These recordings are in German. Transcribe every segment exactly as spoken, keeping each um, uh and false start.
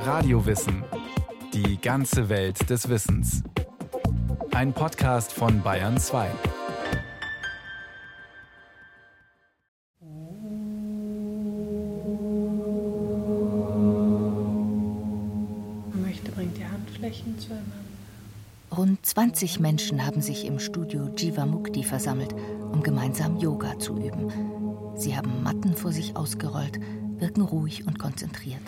Radiowissen. Die ganze Welt des Wissens. Ein Podcast von Bayern zwei. Man möchte, bringt die Handflächen zueinander. Rund zwanzig Menschen haben sich im Studio Jivamukti versammelt, um gemeinsam Yoga zu üben. Sie haben Matten vor sich ausgerollt, wirken ruhig und konzentriert.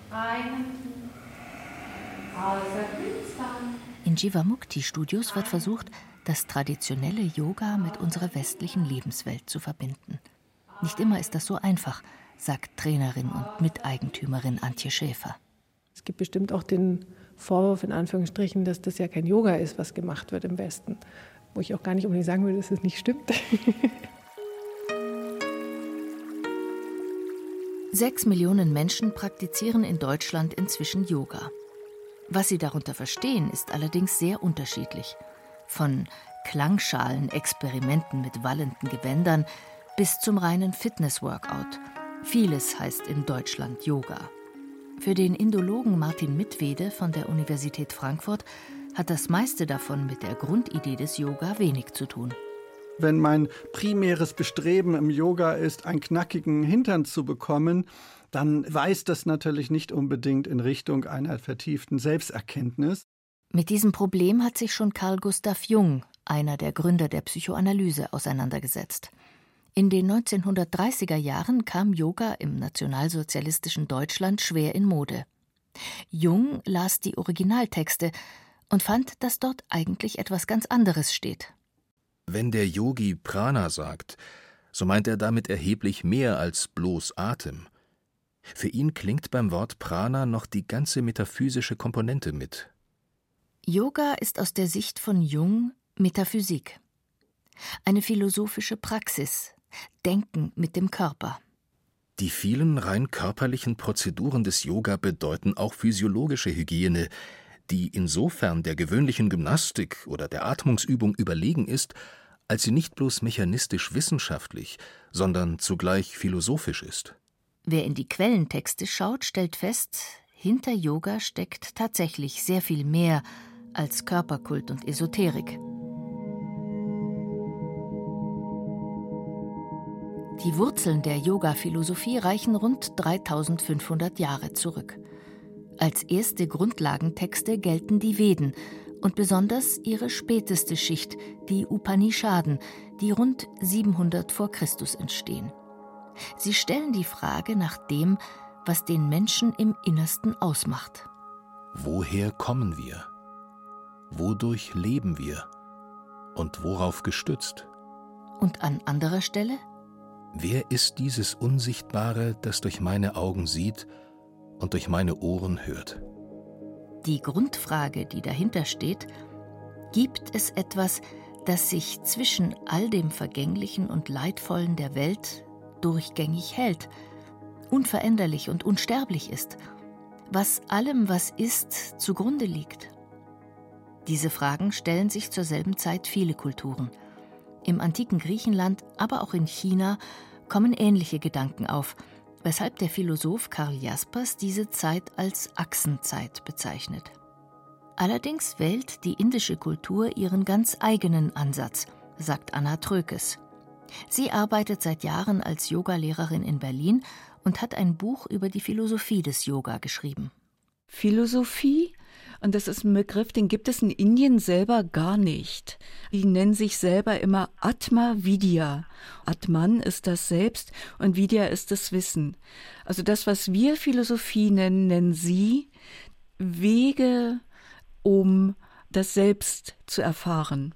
In Jivamukti-Studios wird versucht, das traditionelle Yoga mit unserer westlichen Lebenswelt zu verbinden. Nicht immer ist das so einfach, sagt Trainerin und Miteigentümerin Antje Schäfer. Es gibt bestimmt auch den Vorwurf, in Anführungsstrichen, dass das ja kein Yoga ist, was gemacht wird im Westen. Wo ich auch gar nicht unbedingt sagen würde, dass es nicht stimmt. Sechs Millionen Menschen praktizieren in Deutschland inzwischen Yoga. Was sie darunter verstehen, ist allerdings sehr unterschiedlich. Von Klangschalen-Experimenten mit wallenden Gewändern bis zum reinen Fitness-Workout. Vieles heißt in Deutschland Yoga. Für den Indologen Martin Mittwede von der Universität Frankfurt hat das meiste davon mit der Grundidee des Yoga wenig zu tun. Wenn mein primäres Bestreben im Yoga ist, einen knackigen Hintern zu bekommen, dann weist das natürlich nicht unbedingt in Richtung einer vertieften Selbsterkenntnis. Mit diesem Problem hat sich schon Carl Gustav Jung, einer der Gründer der Psychoanalyse, auseinandergesetzt. In den neunzehnhundertdreißiger Jahren kam Yoga im nationalsozialistischen Deutschland schwer in Mode. Jung las die Originaltexte und fand, dass dort eigentlich etwas ganz anderes steht. Wenn der Yogi Prana sagt, so meint er damit erheblich mehr als bloß Atem. Für ihn klingt beim Wort Prana noch die ganze metaphysische Komponente mit. Yoga ist aus der Sicht von Jung Metaphysik. Eine philosophische Praxis, Denken mit dem Körper. Die vielen rein körperlichen Prozeduren des Yoga bedeuten auch physiologische Hygiene, die insofern der gewöhnlichen Gymnastik oder der Atmungsübung überlegen ist, als sie nicht bloß mechanistisch-wissenschaftlich, sondern zugleich philosophisch ist. Wer in die Quellentexte schaut, stellt fest, hinter Yoga steckt tatsächlich sehr viel mehr als Körperkult und Esoterik. Die Wurzeln der Yoga-Philosophie reichen rund dreitausendfünfhundert Jahre zurück. Als erste Grundlagentexte gelten die Veden und besonders ihre späteste Schicht, die Upanishaden, die rund siebenhundert vor Christus entstehen. Sie stellen die Frage nach dem, was den Menschen im Innersten ausmacht. Woher kommen wir? Wodurch leben wir? Und worauf gestützt? Und an anderer Stelle? Wer ist dieses Unsichtbare, das durch meine Augen sieht und durch meine Ohren hört? Die Grundfrage, die dahinter steht: Gibt es etwas, das sich zwischen all dem Vergänglichen und Leidvollen der Welt durchgängig hält, unveränderlich und unsterblich ist, was allem, was ist, zugrunde liegt? Diese Fragen stellen sich zur selben Zeit viele Kulturen. Im antiken Griechenland, aber auch in China kommen ähnliche Gedanken auf, weshalb der Philosoph Karl Jaspers diese Zeit als Achsenzeit bezeichnet. Allerdings wählt die indische Kultur ihren ganz eigenen Ansatz, sagt Anna Trökes. Sie arbeitet seit Jahren als Yogalehrerin in Berlin und hat ein Buch über die Philosophie des Yoga geschrieben. Philosophie? Und das ist ein Begriff, den gibt es in Indien selber gar nicht. Die nennen sich selber immer Atma Vidya. Atman ist das Selbst und Vidya ist das Wissen. Also das, was wir Philosophie nennen, nennen sie Wege, um das Selbst zu erfahren.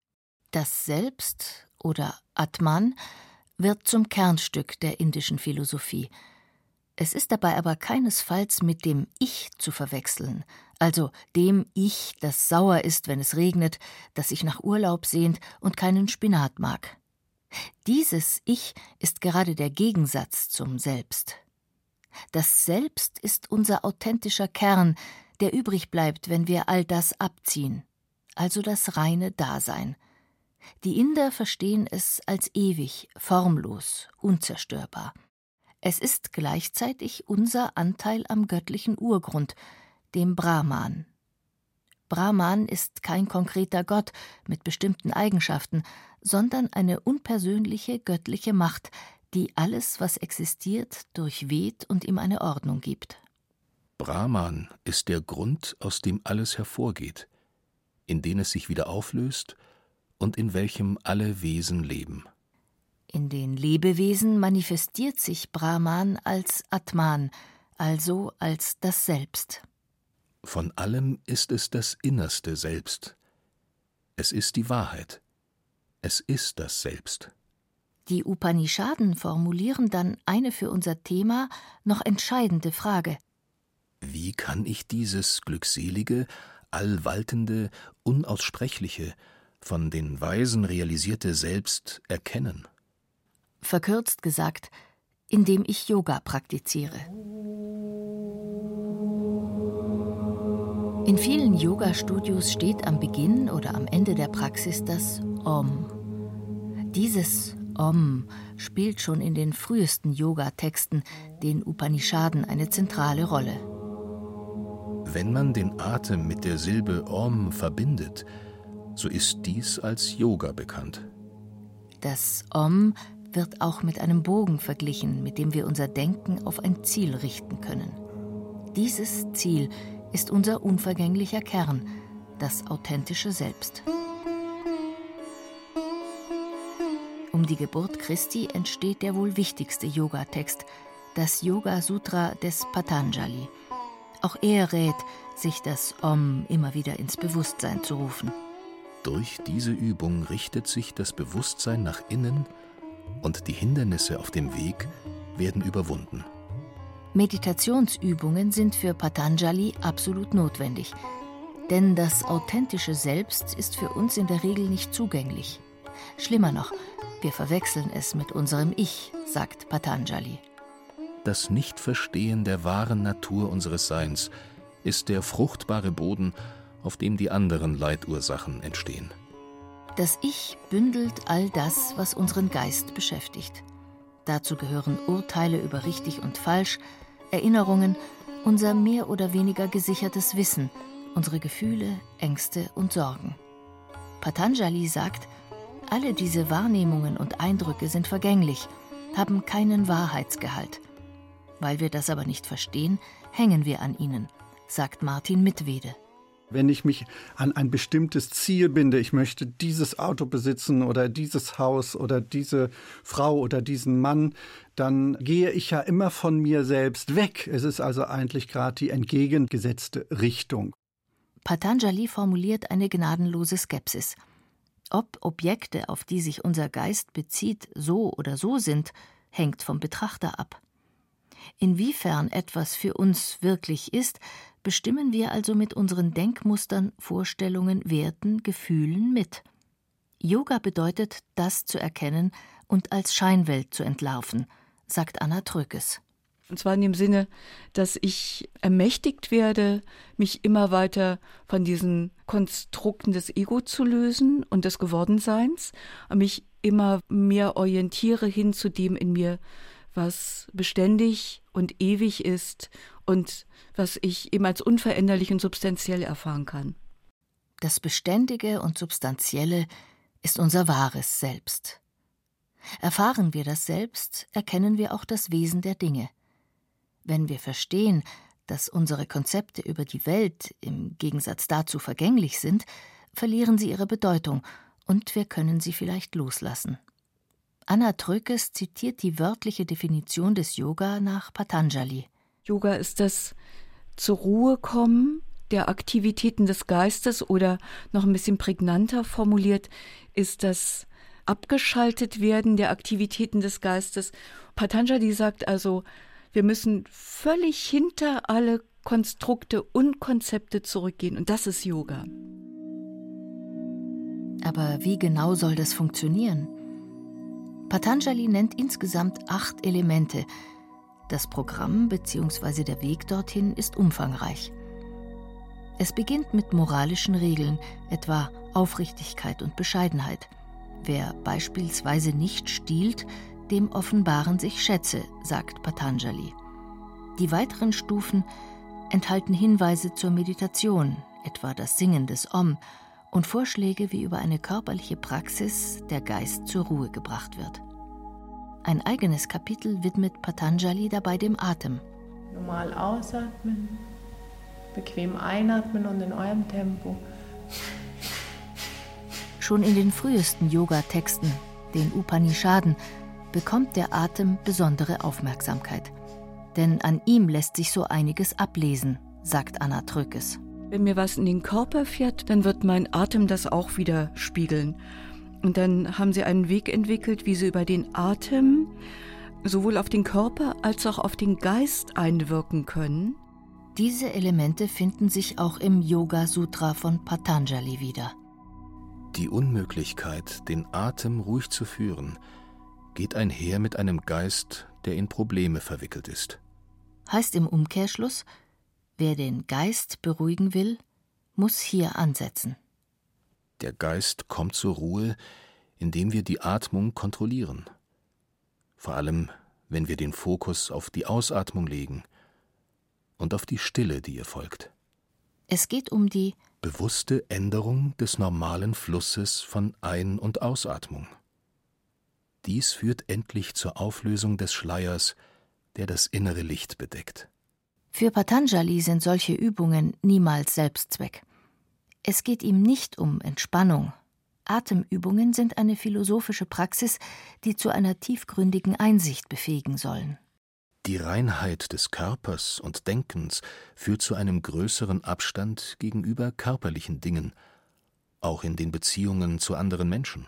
Das Selbst oder Atman wird zum Kernstück der indischen Philosophie. Es ist dabei aber keinesfalls mit dem Ich zu verwechseln, also dem Ich, das sauer ist, wenn es regnet, das sich nach Urlaub sehnt und keinen Spinat mag. Dieses Ich ist gerade der Gegensatz zum Selbst. Das Selbst ist unser authentischer Kern, der übrig bleibt, wenn wir all das abziehen, also das reine Dasein. Die Inder verstehen es als ewig, formlos, unzerstörbar. Es ist gleichzeitig unser Anteil am göttlichen Urgrund, dem Brahman. Brahman ist kein konkreter Gott mit bestimmten Eigenschaften, sondern eine unpersönliche göttliche Macht, die alles, was existiert, durchweht und ihm eine Ordnung gibt. Brahman ist der Grund, aus dem alles hervorgeht, in den es sich wieder auflöst und in welchem alle Wesen leben. In den Lebewesen manifestiert sich Brahman als Atman, also als das Selbst. Von allem ist es das innerste Selbst. Es ist die Wahrheit. Es ist das Selbst. Die Upanishaden formulieren dann eine für unser Thema noch entscheidende Frage. Wie kann ich dieses glückselige, allwaltende, unaussprechliche, von den Weisen realisierte Selbst erkennen? Verkürzt gesagt, indem ich Yoga praktiziere. In vielen Yoga-Studios steht am Beginn oder am Ende der Praxis das Om. Dieses Om spielt schon in den frühesten Yoga-Texten, den Upanishaden, eine zentrale Rolle. Wenn man den Atem mit der Silbe Om verbindet, so ist dies als Yoga bekannt. Das Om wird auch mit einem Bogen verglichen, mit dem wir unser Denken auf ein Ziel richten können. Dieses Ziel ist unser unvergänglicher Kern, das authentische Selbst. Um die Geburt Christi entsteht der wohl wichtigste Yoga-Text, das Yoga-Sutra des Patanjali. Auch er rät, sich das Om immer wieder ins Bewusstsein zu rufen. Durch diese Übung richtet sich das Bewusstsein nach innen und die Hindernisse auf dem Weg werden überwunden. Meditationsübungen sind für Patanjali absolut notwendig, denn das authentische Selbst ist für uns in der Regel nicht zugänglich. Schlimmer noch, wir verwechseln es mit unserem Ich, sagt Patanjali. Das Nichtverstehen der wahren Natur unseres Seins ist der fruchtbare Boden, auf dem die anderen Leidursachen entstehen. Das Ich bündelt all das, was unseren Geist beschäftigt. Dazu gehören Urteile über richtig und falsch, Erinnerungen, unser mehr oder weniger gesichertes Wissen, unsere Gefühle, Ängste und Sorgen. Patanjali sagt, alle diese Wahrnehmungen und Eindrücke sind vergänglich, haben keinen Wahrheitsgehalt. Weil wir das aber nicht verstehen, hängen wir an ihnen, sagt Martin Mittwede. Wenn ich mich an ein bestimmtes Ziel binde, ich möchte dieses Auto besitzen oder dieses Haus oder diese Frau oder diesen Mann, dann gehe ich ja immer von mir selbst weg. Es ist also eigentlich gerade die entgegengesetzte Richtung. Patanjali formuliert eine gnadenlose Skepsis. Ob Objekte, auf die sich unser Geist bezieht, so oder so sind, hängt vom Betrachter ab. Inwiefern etwas für uns wirklich ist, bestimmen wir also mit unseren Denkmustern, Vorstellungen, Werten, Gefühlen mit. Yoga bedeutet, das zu erkennen und als Scheinwelt zu entlarven, sagt Anna Trökes. Und zwar in dem Sinne, dass ich ermächtigt werde, mich immer weiter von diesen Konstrukten des Ego zu lösen und des Gewordenseins und mich immer mehr orientiere hin zu dem in mir, was beständig und ewig ist und was ich eben als unveränderlich und substanziell erfahren kann. Das Beständige und Substanzielle ist unser wahres Selbst. Erfahren wir das Selbst, erkennen wir auch das Wesen der Dinge. Wenn wir verstehen, dass unsere Konzepte über die Welt im Gegensatz dazu vergänglich sind, verlieren sie ihre Bedeutung und wir können sie vielleicht loslassen. Anna Trökes zitiert die wörtliche Definition des Yoga nach Patanjali. Yoga ist das zur Ruhe kommen der Aktivitäten des Geistes oder noch ein bisschen prägnanter formuliert ist das abgeschaltet werden der Aktivitäten des Geistes. Patanjali sagt also, wir müssen völlig hinter alle Konstrukte und Konzepte zurückgehen und das ist Yoga. Aber wie genau soll das funktionieren? Patanjali nennt insgesamt acht Elemente. Das Programm bzw. der Weg dorthin ist umfangreich. Es beginnt mit moralischen Regeln, etwa Aufrichtigkeit und Bescheidenheit. Wer beispielsweise nicht stiehlt, dem offenbaren sich Schätze, sagt Patanjali. Die weiteren Stufen enthalten Hinweise zur Meditation, etwa das Singen des Om, und Vorschläge, wie über eine körperliche Praxis der Geist zur Ruhe gebracht wird. Ein eigenes Kapitel widmet Patanjali dabei dem Atem. Normal ausatmen, bequem einatmen und in eurem Tempo. Schon in den frühesten Yoga-Texten, den Upanishaden, bekommt der Atem besondere Aufmerksamkeit. Denn an ihm lässt sich so einiges ablesen, sagt Anna Trökes. Wenn mir was in den Körper fährt, dann wird mein Atem das auch wieder spiegeln. Und dann haben sie einen Weg entwickelt, wie sie über den Atem sowohl auf den Körper als auch auf den Geist einwirken können. Diese Elemente finden sich auch im Yoga-Sutra von Patanjali wieder. Die Unmöglichkeit, den Atem ruhig zu führen, geht einher mit einem Geist, der in Probleme verwickelt ist. Heißt im Umkehrschluss, wer den Geist beruhigen will, muss hier ansetzen. Der Geist kommt zur Ruhe, indem wir die Atmung kontrollieren. Vor allem, wenn wir den Fokus auf die Ausatmung legen und auf die Stille, die ihr folgt. Es geht um die bewusste Änderung des normalen Flusses von Ein- und Ausatmung. Dies führt endlich zur Auflösung des Schleiers, der das innere Licht bedeckt. Für Patanjali sind solche Übungen niemals Selbstzweck. Es geht ihm nicht um Entspannung. Atemübungen sind eine philosophische Praxis, die zu einer tiefgründigen Einsicht befähigen sollen. Die Reinheit des Körpers und Denkens führt zu einem größeren Abstand gegenüber körperlichen Dingen, auch in den Beziehungen zu anderen Menschen.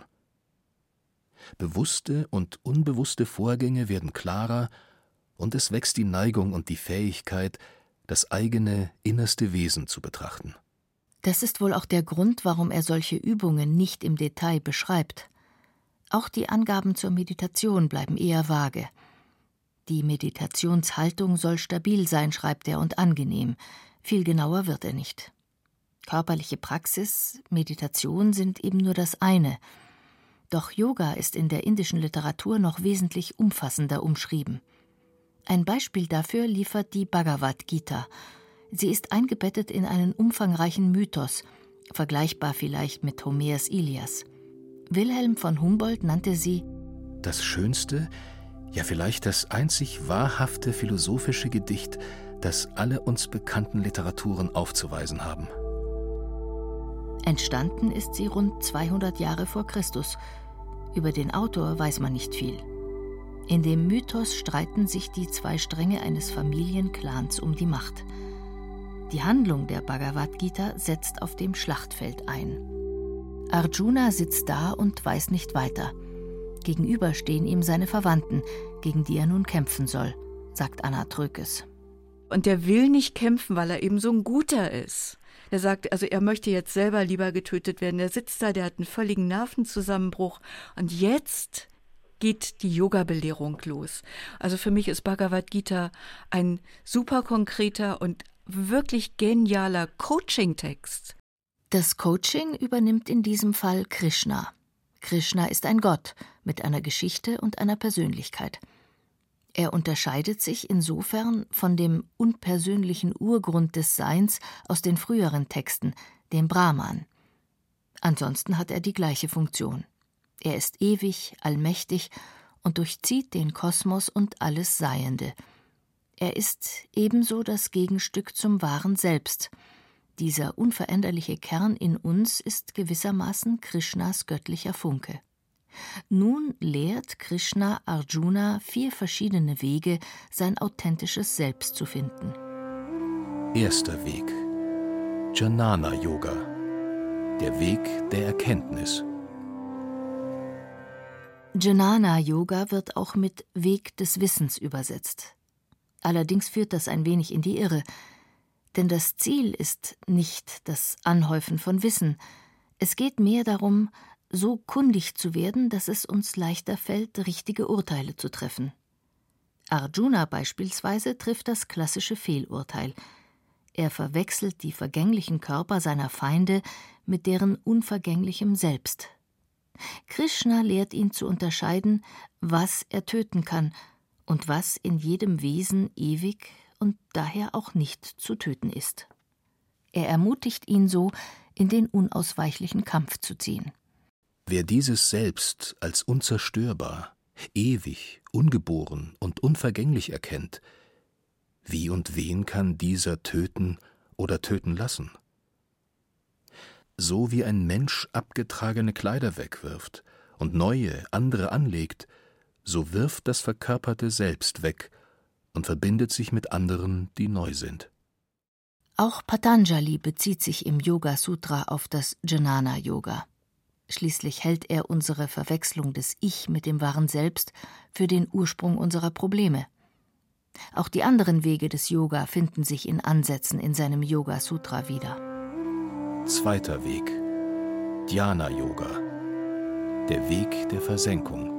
Bewusste und unbewusste Vorgänge werden klarer und es wächst die Neigung und die Fähigkeit, das eigene innerste Wesen zu betrachten. Das ist wohl auch der Grund, warum er solche Übungen nicht im Detail beschreibt. Auch die Angaben zur Meditation bleiben eher vage. Die Meditationshaltung soll stabil sein, schreibt er, und angenehm. Viel genauer wird er nicht. Körperliche Praxis, Meditation sind eben nur das eine. Doch Yoga ist in der indischen Literatur noch wesentlich umfassender umschrieben. Ein Beispiel dafür liefert die Bhagavad Gita. Sie ist eingebettet in einen umfangreichen Mythos, vergleichbar vielleicht mit Homers Ilias. Wilhelm von Humboldt nannte sie das schönste, ja vielleicht das einzig wahrhafte philosophische Gedicht, das alle uns bekannten Literaturen aufzuweisen haben. Entstanden ist sie rund zweihundert Jahre vor Christus. Über den Autor weiß man nicht viel. In dem Mythos streiten sich die zwei Stränge eines Familienclans um die Macht. Die Handlung der Bhagavad Gita setzt auf dem Schlachtfeld ein. Arjuna sitzt da und weiß nicht weiter. Gegenüber stehen ihm seine Verwandten, gegen die er nun kämpfen soll, sagt Anna Trökes. Und der will nicht kämpfen, weil er eben so ein Guter ist. Er sagt, also er möchte jetzt selber lieber getötet werden. Der sitzt da, der hat einen völligen Nervenzusammenbruch. Und jetzt geht die Yoga-Belehrung los. Also für mich ist Bhagavad Gita ein super konkreter und wirklich genialer Coaching-Text. Das Coaching übernimmt in diesem Fall Krishna. Krishna ist ein Gott mit einer Geschichte und einer Persönlichkeit. Er unterscheidet sich insofern von dem unpersönlichen Urgrund des Seins aus den früheren Texten, dem Brahman. Ansonsten hat er die gleiche Funktion. Er ist ewig, allmächtig und durchzieht den Kosmos und alles Seiende. Er ist ebenso das Gegenstück zum wahren Selbst. Dieser unveränderliche Kern in uns ist gewissermaßen Krishnas göttlicher Funke. Nun lehrt Krishna Arjuna vier verschiedene Wege, sein authentisches Selbst zu finden. Erster Weg: Jnana-Yoga, der Weg der Erkenntnis. Jnana-Yoga wird auch mit Weg des Wissens übersetzt. Allerdings führt das ein wenig in die Irre, denn das Ziel ist nicht das Anhäufen von Wissen. Es geht mehr darum, so kundig zu werden, dass es uns leichter fällt, richtige Urteile zu treffen. Arjuna beispielsweise trifft das klassische Fehlurteil. Er verwechselt die vergänglichen Körper seiner Feinde mit deren unvergänglichem Selbst. Krishna lehrt ihn zu unterscheiden, was er töten kann und was in jedem Wesen ewig und daher auch nicht zu töten ist. Er ermutigt ihn so, in den unausweichlichen Kampf zu ziehen. Wer dieses Selbst als unzerstörbar, ewig, ungeboren und unvergänglich erkennt, wie und wen kann dieser töten oder töten lassen? So wie ein Mensch abgetragene Kleider wegwirft und neue, andere anlegt, so wirft das verkörperte Selbst weg und verbindet sich mit anderen, die neu sind. Auch Patanjali bezieht sich im Yoga-Sutra auf das Jnana-Yoga. Schließlich hält er unsere Verwechslung des Ich mit dem wahren Selbst für den Ursprung unserer Probleme. Auch die anderen Wege des Yoga finden sich in Ansätzen in seinem Yoga-Sutra wieder. Zweiter Weg: Dhyana-Yoga, der Weg der Versenkung.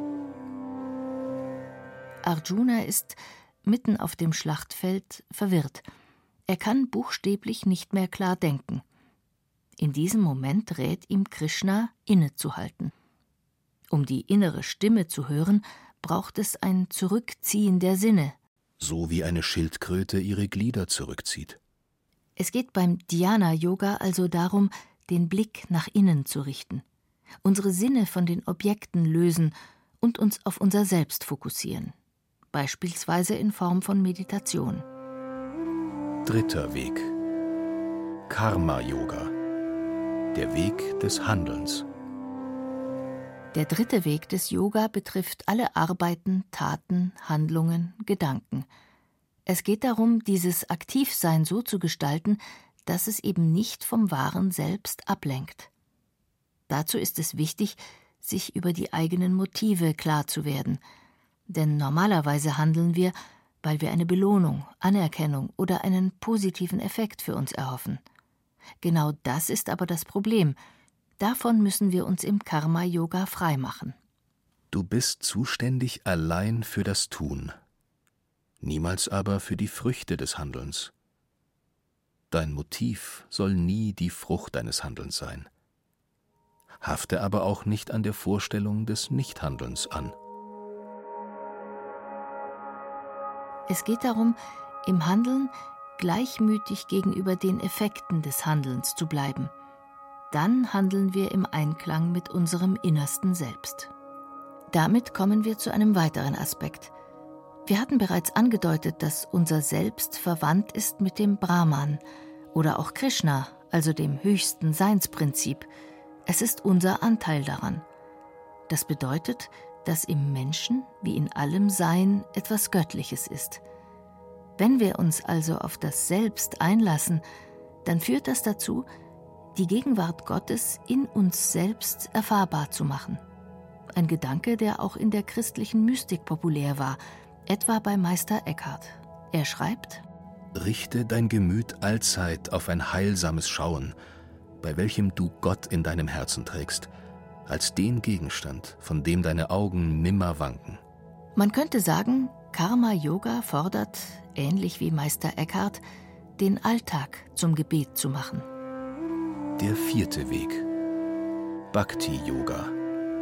Arjuna ist mitten auf dem Schlachtfeld verwirrt. Er kann buchstäblich nicht mehr klar denken. In diesem Moment rät ihm Krishna, innezuhalten. Um die innere Stimme zu hören, braucht es ein Zurückziehen der Sinne. So wie eine Schildkröte ihre Glieder zurückzieht. Es geht beim Dhyana-Yoga also darum, den Blick nach innen zu richten, unsere Sinne von den Objekten lösen und uns auf unser Selbst fokussieren, beispielsweise in Form von Meditation. Dritter Weg: Karma-Yoga, der Weg des Handelns. Der dritte Weg des Yoga betrifft alle Arbeiten, Taten, Handlungen, Gedanken. Es geht darum, dieses Aktivsein so zu gestalten, dass es eben nicht vom wahren Selbst ablenkt. Dazu ist es wichtig, sich über die eigenen Motive klar zu werden. Denn normalerweise handeln wir, weil wir eine Belohnung, Anerkennung oder einen positiven Effekt für uns erhoffen. Genau das ist aber das Problem. Davon müssen wir uns im Karma-Yoga freimachen. Du bist zuständig allein für das Tun, niemals aber für die Früchte des Handelns. Dein Motiv soll nie die Frucht deines Handelns sein. Hafte aber auch nicht an der Vorstellung des Nichthandelns an. Es geht darum, im Handeln gleichmütig gegenüber den Effekten des Handelns zu bleiben. Dann handeln wir im Einklang mit unserem innersten Selbst. Damit kommen wir zu einem weiteren Aspekt. Wir hatten bereits angedeutet, dass unser Selbst verwandt ist mit dem Brahman oder auch Krishna, also dem höchsten Seinsprinzip. Es ist unser Anteil daran. Das bedeutet, dass im Menschen wie in allem Sein etwas Göttliches ist. Wenn wir uns also auf das Selbst einlassen, dann führt das dazu, die Gegenwart Gottes in uns selbst erfahrbar zu machen. Ein Gedanke, der auch in der christlichen Mystik populär war, etwa bei Meister Eckhart. Er schreibt: Richte dein Gemüt allzeit auf ein heilsames Schauen, bei welchem du Gott in deinem Herzen trägst, als den Gegenstand, von dem deine Augen nimmer wanken. Man könnte sagen, Karma-Yoga fordert, ähnlich wie Meister Eckhart, den Alltag zum Gebet zu machen. Der vierte Weg: Bhakti-Yoga,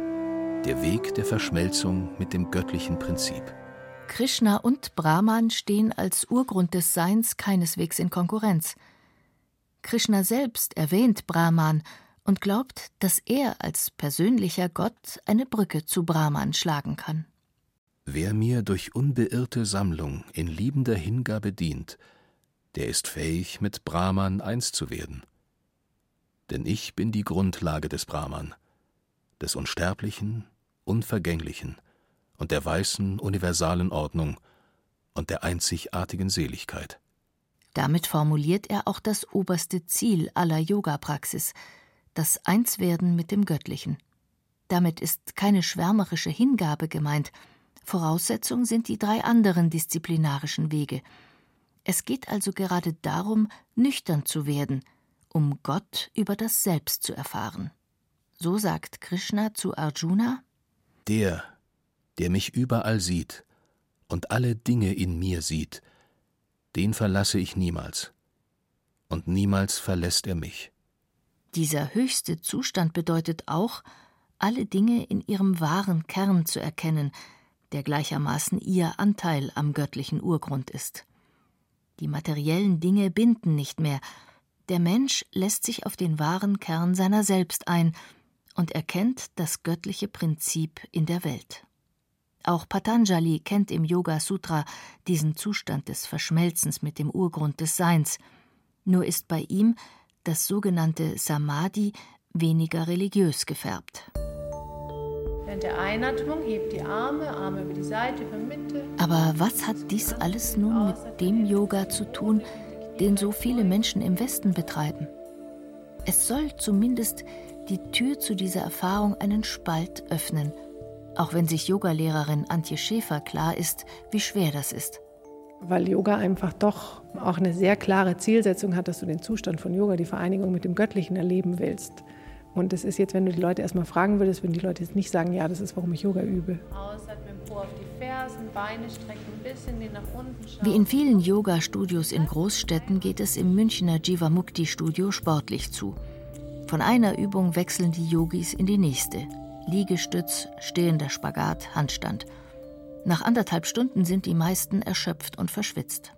der Weg der Verschmelzung mit dem göttlichen Prinzip. Krishna und Brahman stehen als Urgrund des Seins keineswegs in Konkurrenz. Krishna selbst erwähnt Brahman und glaubt, dass er als persönlicher Gott eine Brücke zu Brahman schlagen kann. Wer mir durch unbeirrte Sammlung in liebender Hingabe dient, der ist fähig, mit Brahman eins zu werden. Denn ich bin die Grundlage des Brahman, des Unsterblichen, Unvergänglichen und der weißen, universalen Ordnung und der einzigartigen Seligkeit. Damit formuliert er auch das oberste Ziel aller Yoga-Praxis, das Einswerden mit dem Göttlichen. Damit ist keine schwärmerische Hingabe gemeint. Voraussetzung sind die drei anderen disziplinarischen Wege. Es geht also gerade darum, nüchtern zu werden, um Gott über das Selbst zu erfahren. So sagt Krishna zu Arjuna: Der, der mich überall sieht und alle Dinge in mir sieht, den verlasse ich niemals, und niemals verlässt er mich. Dieser höchste Zustand bedeutet auch, alle Dinge in ihrem wahren Kern zu erkennen, der gleichermaßen ihr Anteil am göttlichen Urgrund ist. Die materiellen Dinge binden nicht mehr. Der Mensch lässt sich auf den wahren Kern seiner selbst ein und erkennt das göttliche Prinzip in der Welt. Auch Patanjali kennt im Yoga-Sutra diesen Zustand des Verschmelzens mit dem Urgrund des Seins. Nur ist bei ihm das sogenannte Samadhi weniger religiös gefärbt. Während der Einatmung hebt die Arme, Arme über die Seite, über Mitte. Aber was hat dies alles nun mit dem Yoga zu tun, den so viele Menschen im Westen betreiben? Es soll zumindest die Tür zu dieser Erfahrung einen Spalt öffnen, auch wenn sich Yogalehrerin Antje Schäfer klar ist, wie schwer das ist. Weil Yoga einfach doch auch eine sehr klare Zielsetzung hat, dass du den Zustand von Yoga, die Vereinigung mit dem Göttlichen erleben willst. Und das ist jetzt, wenn du die Leute erstmal fragen würdest, würden die Leute jetzt nicht sagen, ja, das ist, warum ich Yoga übe. Ausatmen, Po auf die Fersen, Beine strecken, ein bisschen den nach unten schauen. Wie in vielen Yoga-Studios in Großstädten geht es im Münchner Jivamukti-Studio sportlich zu. Von einer Übung wechseln die Yogis in die nächste. Liegestütz, stehender Spagat, Handstand. Nach anderthalb Stunden sind die meisten erschöpft und verschwitzt.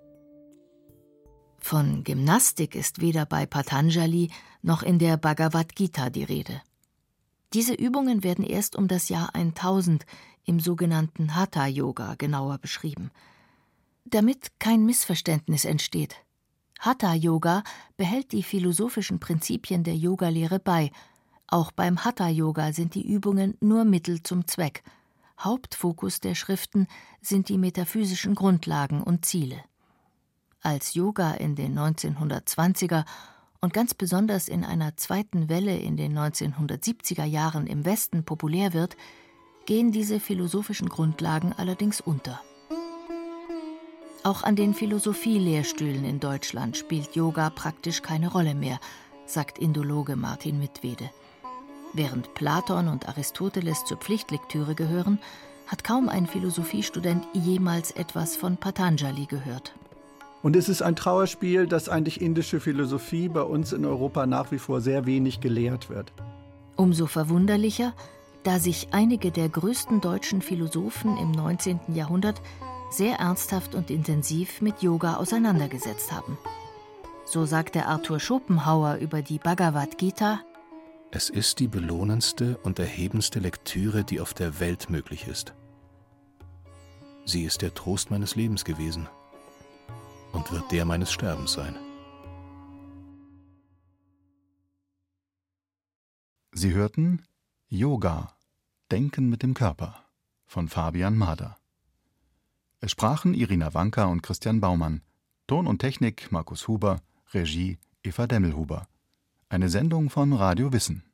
Von Gymnastik ist weder bei Patanjali noch in der Bhagavad Gita die Rede. Diese Übungen werden erst um das Jahr tausend im sogenannten Hatha-Yoga genauer beschrieben. Damit kein Missverständnis entsteht. Hatha-Yoga behält die philosophischen Prinzipien der Yogalehre bei. Auch beim Hatha-Yoga sind die Übungen nur Mittel zum Zweck. Hauptfokus der Schriften sind die metaphysischen Grundlagen und Ziele. Als Yoga in den neunzehnhundertzwanziger und ganz besonders in einer zweiten Welle in den neunzehnhundertsiebziger Jahren im Westen populär wird, gehen diese philosophischen Grundlagen allerdings unter. Auch an den Philosophielehrstühlen in Deutschland spielt Yoga praktisch keine Rolle mehr, sagt Indologe Martin Mittwede. Während Platon und Aristoteles zur Pflichtlektüre gehören, hat kaum ein Philosophiestudent jemals etwas von Patanjali gehört. Und es ist ein Trauerspiel, dass eigentlich indische Philosophie bei uns in Europa nach wie vor sehr wenig gelehrt wird. Umso verwunderlicher, da sich einige der größten deutschen Philosophen im neunzehnten Jahrhundert sehr ernsthaft und intensiv mit Yoga auseinandergesetzt haben. So sagte Arthur Schopenhauer über die Bhagavad Gita: Es ist die belohnendste und erhebendste Lektüre, die auf der Welt möglich ist. Sie ist der Trost meines Lebens gewesen und wird der meines Sterbens sein. Sie hörten Yoga, Denken mit dem Körper von Fabian Mader. Es sprachen Irina Wanka und Christian Baumann. Ton und Technik Markus Huber, Regie Eva Demmelhuber. Eine Sendung von Radio Wissen.